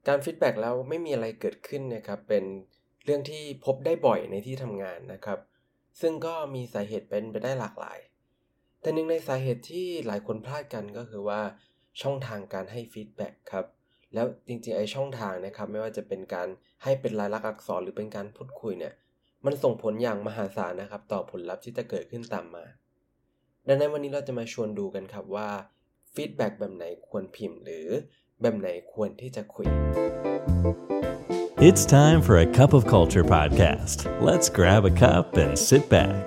การฟีดแบ็กแล้วไม่มีอะไรเกิดขึ้นนะครับเป็นเรื่องที่พบได้บ่อยในที่ทำงานนะครับซึ่งก็มีสาเหตุเป็นไปได้หลากหลายแต่หนึ่งในสาเหตุที่หลายคนพลาดกันก็คือว่าช่องทางการให้ฟีดแบ็กครับแล้วจริงๆไอ้ช่องทางนะครับไม่ว่าจะเป็นการให้เป็นลายลักษณ์อักษรหรือเป็นการพูดคุยเนี่ยมันส่งผลอย่างมหาศาลนะครับต่อผลลัพธ์ที่จะเกิดขึ้นตามมาดังนั้นวันนี้เราจะมาชวนดูกันครับว่าฟีดแบ็กแบบไหนควรพิมพ์หรือแบบไหนควรที่จะคุย It's time for a Cup of Culture podcast. Let's grab a cup and sit back.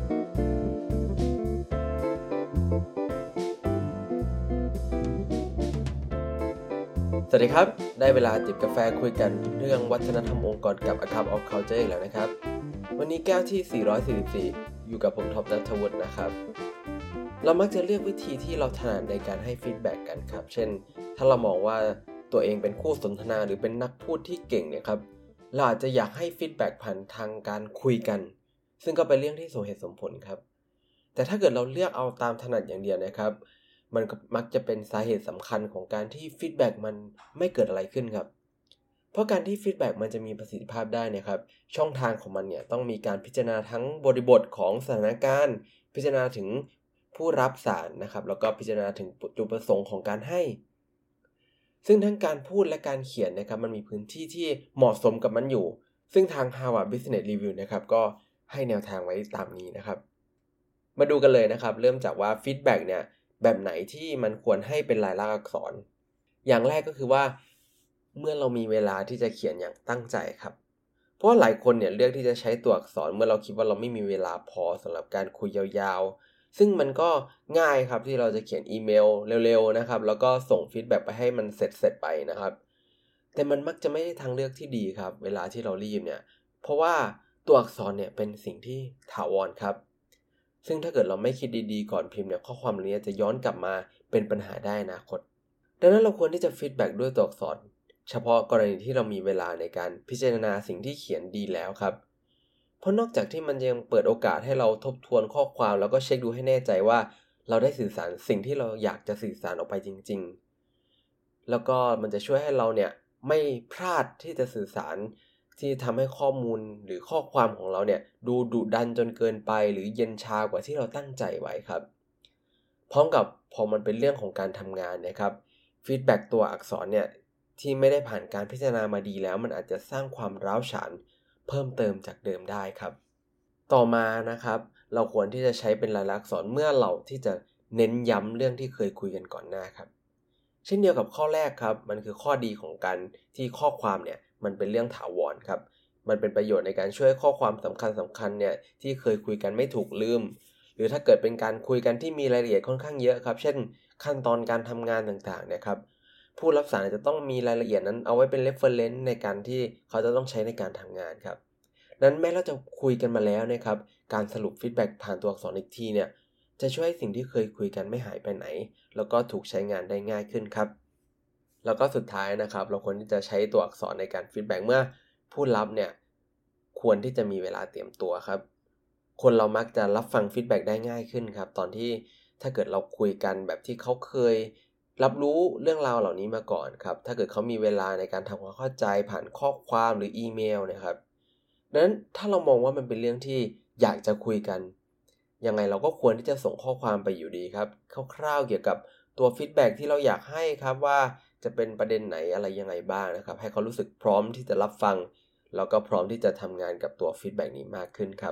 สวัสดีครับได้เวลาจิบกาแฟคุยกันเรื่องวัฒนธรรมองค์กรกับ A Cup of Culture อีกแล้วนะครับวันนี้แก้วที่444อยู่กับผมท็อปณัฐวุฒินะครับเรามักจะเลือกวิธีที่เราถนัดในการให้ฟีดแบ็กกันครับเช่นถ้าเรามองว่าตัวเองเป็นคู่สนทนาหรือเป็นนักพูดที่เก่งเนี่ยครับเราอาจจะอยากให้ฟีดแบ็กผ่านทางการคุยกันซึ่งก็เป็นเรื่องที่สมเหตุสมผลครับแต่ถ้าเกิดเราเลือกเอาตามถนัดอย่างเดียวนะครับมันก็มักจะเป็นสาเหตุสำคัญของการที่ฟีดแบ็กมันไม่เกิดอะไรขึ้นครับเพราะการที่ฟีดแบ็กมันจะมีประสิทธิภาพได้นะครับช่องทางของมันเนี่ยต้องมีการพิจารณาทั้งบริบทของสถานการณ์พิจารณาถึงผู้รับสารนะครับแล้วก็พิจารณาถึงจุดประสงค์ของการให้ซึ่งทั้งการพูดและการเขียนนะครับมันมีพื้นที่ที่เหมาะสมกับมันอยู่ซึ่งทาง Harvard Business Review นะครับก็ให้แนวทางไว้ตามนี้นะครับมาดูกันเลยนะครับเริ่มจากว่าฟีดแบ็กเนี่ยแบบไหนที่มันควรให้เป็นลายลักษณ์อักษรอย่างแรกก็คือว่าเมื่อเรามีเวลาที่จะเขียนอย่างตั้งใจครับเพราะว่าหลายคนเนี่ยเลือกที่จะใช้ตัวอักษรเมื่อเราคิดว่าเราไม่มีเวลาพอสำหรับการคุยยาวๆซึ่งมันก็ง่ายครับที่เราจะเขียนอีเมลเร็วๆนะครับแล้วก็ส่งฟีดแบ็กไปให้มันเสร็จไปนะครับแต่มันมักจะไม่ได้ทางเลือกที่ดีครับเวลาที่เรารีบเนี่ยเพราะว่าตัวอักษรเนี่ยเป็นสิ่งที่ถาวรครับซึ่งถ้าเกิดเราไม่คิดดีๆก่อนพิมพ์เนี่ยข้อความนี้จะย้อนกลับมาเป็นปัญหาได้นะคตดังนั้นเราควรที่จะฟีดแบ็กด้วยตัวอักษรเฉพาะกรณีที่เรามีเวลาในการพิจารณาสิ่งที่เขียนดีแล้วครับเพราะนอกจากที่มันยังเปิดโอกาสให้เราทบทวนข้อความแล้วก็เช็คดูให้แน่ใจว่าเราได้สื่อสารสิ่งที่เราอยากจะสื่อสารออกไปจริงๆแล้วก็มันจะช่วยให้เราเนี่ยไม่พลาดที่จะสื่อสารที่ทำให้ข้อมูลหรือข้อความของเราเนี่ยดูดุดันจนเกินไปหรือเย็นชากว่าที่เราตั้งใจไว้ครับพร้อมกับพอมันเป็นเรื่องของการทำงานนะครับฟีดแบ็กตัวอักษรเนี่ยที่ไม่ได้ผ่านการพิจารณามาดีแล้วมันอาจจะสร้างความร้าวฉานเพิ่มเติมจากเดิมได้ครับต่อมานะครับเราควรที่จะใช้เป็นลายลักษณ์อักษรเมื่อเราที่จะเน้นย้ำเรื่องที่เคยคุยกันก่อนหน้าครับเช่นเดียวกับข้อแรกครับมันคือข้อดีของการที่ข้อความเนี่ยมันเป็นเรื่องถาวรครับมันเป็นประโยชน์ในการช่วยข้อความสำคัญเนี่ยที่เคยคุยกันไม่ถูกลืมหรือถ้าเกิดเป็นการคุยกันที่มีรายละเอียดค่อนข้างเยอะครับเช่นขั้นตอนการทำงานต่างๆเนี่ยครับผู้รับสารจะต้องมีรายละเอียดนั้นเอาไว้เป็น reference ในการที่เขาจะต้องใช้ในการทำงานครับนั้นแม้เราจะคุยกันมาแล้วนะครับการสรุปฟีดแบ็กผ่านตัวอักษรอีกทีเนี่ยจะช่วยให้สิ่งที่เคยคุยกันไม่หายไปไหนแล้วก็ถูกใช้งานได้ง่ายขึ้นครับแล้วก็สุดท้ายนะครับเราควรที่จะใช้ตัวอักษรในการฟีดแบ็กเมื่อผู้รับเนี่ยควรที่จะมีเวลาเตรียมตัวครับคนเรามักจะรับฟังฟีดแบ็กได้ง่ายขึ้นครับตอนที่ถ้าเกิดเราคุยกันแบบที่เขาเคยรับรู้เรื่องราวเหล่านี้มาก่อนครับถ้าเกิดเขามีเวลาในการทำความเข้าใจผ่านข้อความหรืออีเมลนะครับดังนั้นถ้าเรามองว่ามันเป็นเรื่องที่อยากจะคุยกันยังไงเราก็ควรที่จะส่งข้อความไปอยู่ดีครับคร่าวๆเกี่ยวกับตัวฟีดแบ็กที่เราอยากให้ครับว่าจะเป็นประเด็นไหนอะไรยังไงบ้างนะครับให้เขารู้สึกพร้อมที่จะรับฟังแล้วก็พร้อมที่จะทำงานกับตัวฟีดแบ็กนี้มากขึ้นครับ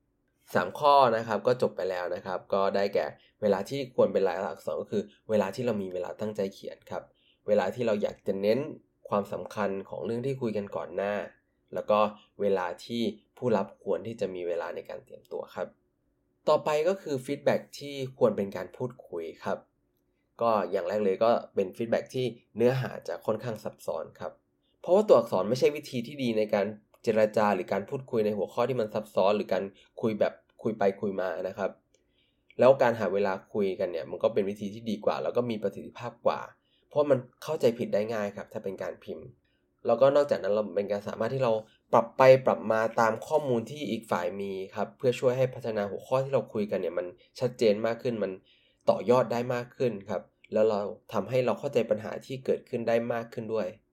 3ข้อนะครับก็จบไปแล้วนะครับก็ได้แก่เวลาที่ควรเป็นลายลักษณ์อักษรก็คือเวลาที่เรามีเวลาตั้งใจเขียนครับเวลาที่เราอยากจะเน้นความสำคัญของเรื่องที่คุยกันก่อนหน้าแล้วก็เวลาที่ผู้รับควรที่จะมีเวลาในการเตรียมตัวครับต่อไปก็คือฟีดแบ็กที่ควรเป็นการพูดคุยครับก็อย่างแรกเลยก็เป็นฟีดแบ็กที่เนื้อหาจะค่อนข้างซับซ้อนครับเพราะว่าตัวอักษรไม่ใช่วิธีที่ดีในการเจรจาหรือการพูดคุยในหัวข้อที่มันซับซ้อนหรือการคุยแบบคุยไปคุยมานะครับแล้วการหาเวลาคุยกันเนี่ยมันก็เป็นวิธีที่ดีกว่าแล้วก็มีประสิทธิภาพกว่าเพราะมันเข้าใจผิดได้ง่ายครับถ้าเป็นการพิมพ์แล้วก็นอกจากนั้นเราเป็นการสามารถที่เราปรับไปปรับมาตามข้อมูลที่อีกฝ่ายมีครับเพื่อช่วยให้พัฒนาหัวข้อที่เราคุยกันเนี่ยมันชัดเจนมากขึ้นมันต่อยอดได้มากขึ้นครับแล้วเราทำให้เราเข้าใจปัญหาที่เกิดขึ้นได้มากขึ้นด้วย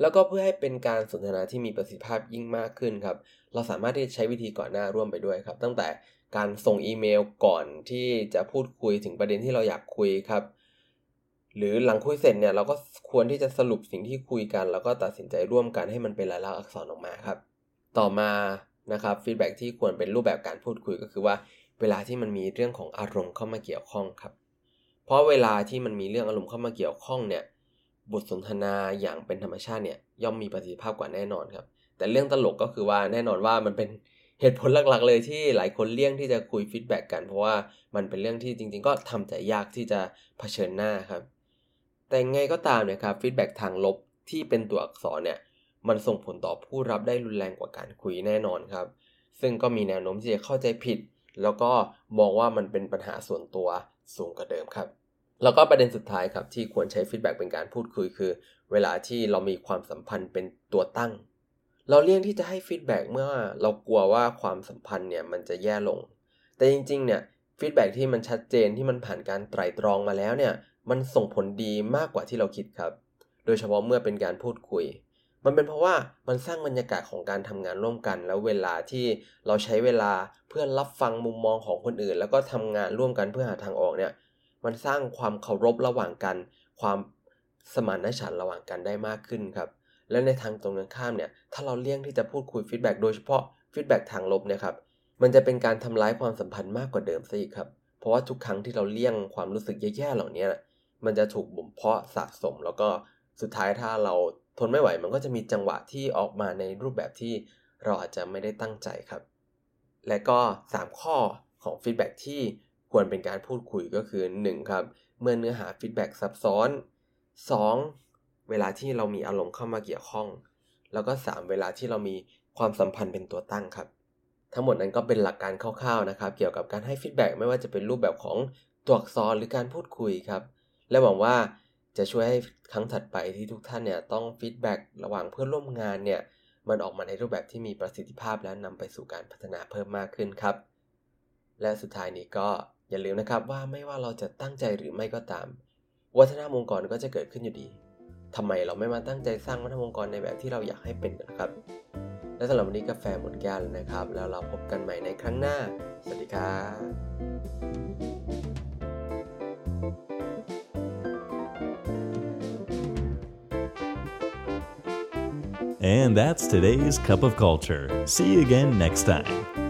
แล้วก็เพื่อให้เป็นการสนทนาที่มีประสิทธิภาพยิ่งมากขึ้นครับเราสามารถที่จะใช้วิธีก่อนหน้าร่วมไปด้วยครับตั้งแต่การส่งอีเมลก่อนที่จะพูดคุยถึงประเด็นที่เราอยากคุยครับหรือหลังคุยเสร็จเนี่ยเราก็ควรที่จะสรุปสิ่งที่คุยกันแล้วก็ตัดสินใจร่วมกันให้มันเป็นลายลักษณ์อักษรออกมาครับต่อมานะครับฟีดแบ็กที่ควรเป็นรูปแบบการพูดคุยก็คือว่าเวลาที่มันมีเรื่องของอารมณ์เข้ามาเกี่ยวข้องครับเพราะเวลาที่มันมีเรื่องอารมณ์เข้ามาเกี่ยวข้องเนี่ยบทสนทนาอย่างเป็นธรรมชาติเนี่ยย่อมมีประสิทธิภาพกว่าแน่นอนครับแต่เรื่องตลกก็คือว่าแน่นอนว่ามันเป็นเหตุผลหลักๆเลยที่หลายคนเลี่ยงที่จะคุยฟีดแบ็กกันเพราะว่ามันเป็นเรื่องที่จริงๆก็ทำใจยากที่จะเผชิญหน้าครับแต่ไงก็ตามเนี่ยครับฟีดแบ็กทางลบที่เป็นตัวอักษรเนี่ยมันส่งผลต่อผู้รับได้รุนแรงกว่าการคุยแน่นอนครับซึ่งก็มีแนวโน้มที่จะเข้าใจผิดแล้วก็มองว่ามันเป็นปัญหาส่วนตัวสูงกว่าเดิมครับแล้วก็ประเด็นสุดท้ายครับที่ควรใช้ฟีดแบ็กเป็นการพูดคุยคือเวลาที่เรามีความสัมพันธ์เป็นตัวตั้งเราเลี่ยงที่จะให้ฟีดแบ็กเมื่อเรากลัวว่าความสัมพันธ์เนี่ยมันจะแย่ลงแต่จริงๆเนี่ยฟีดแบ็กที่มันชัดเจนที่มันผ่านการไตร่ตรองมาแล้วเนี่ยมันส่งผลดีมากกว่าที่เราคิดครับโดยเฉพาะเมื่อเป็นการพูดคุยมันเป็นเพราะว่ามันสร้างบรรยากาศของการทำงานร่วมกันแล้วเวลาที่เราใช้เวลาเพื่อรับฟังมุมมองของคนอื่นแล้วก็ทำงานร่วมกันเพื่อหาทางออกเนี่ยมันสร้างความเคารพระหว่างกันความสมานฉันท์ระหว่างกันได้มากขึ้นครับและในทางตรงกันข้ามเนี่ยถ้าเราเลี่ยงที่จะพูดคุยฟีดแบ็กโดยเฉพาะฟีดแบ็กทางลบเนี่ยครับมันจะเป็นการทำร้ายความสัมพันธ์มากกว่าเดิมซะอีกครับเพราะว่าทุกครั้งที่เราเลี่ยงความรู้สึกแย่ๆเหล่านี้มันจะถูกบ่มเพาะสะสมแล้วก็สุดท้ายถ้าเราทนไม่ไหวมันก็จะมีจังหวะที่ออกมาในรูปแบบที่เราอาจจะไม่ได้ตั้งใจครับและก็3ข้อของฟีดแบ็กที่ควรเป็นการพูดคุยก็คือ1ครับเมื่อเนื้อหาฟีดแบ็กซับซ้อน2เวลาที่เรามีอารมณ์เข้ามาเกี่ยวข้องแล้วก็3เวลาที่เรามีความสัมพันธ์เป็นตัวตั้งครับทั้งหมดนั้นก็เป็นหลักการคร่าวๆนะครับเกี่ยวกับการให้ฟีดแบ็กไม่ว่าจะเป็นรูปแบบของตัวอักษรหรือการพูดคุยครับและหวังว่าจะช่วยให้ครั้งถัดไปที่ทุกท่านเนี่ยต้องฟีดแบ็กระหว่างเพื่อนร่วมงานเนี่ยมันออกมาในรูปแบบที่มีประสิทธิภาพและนำไปสู่การพัฒนาเพิ่มมากขึ้นครับและสุดท้ายนี้ก็อย่าลืมนะครับว่าไม่ว่าเราจะตั้งใจหรือไม่ก็ตามวัฒนธรรมองค์กรก็จะเกิดขึ้นอยู่ดีทำไมเราไม่มาตั้งใจสร้างวัฒนธรรมองค์กรในแบบที่เราอยากให้เป็นนะครับและสำหรับวันนี้กาแฟหมดแก้วแล้วนะครับแล้วเราพบกันใหม่ในครั้งหน้าสวัสดีครับ And that's today's Cup of Culture. See you again next time.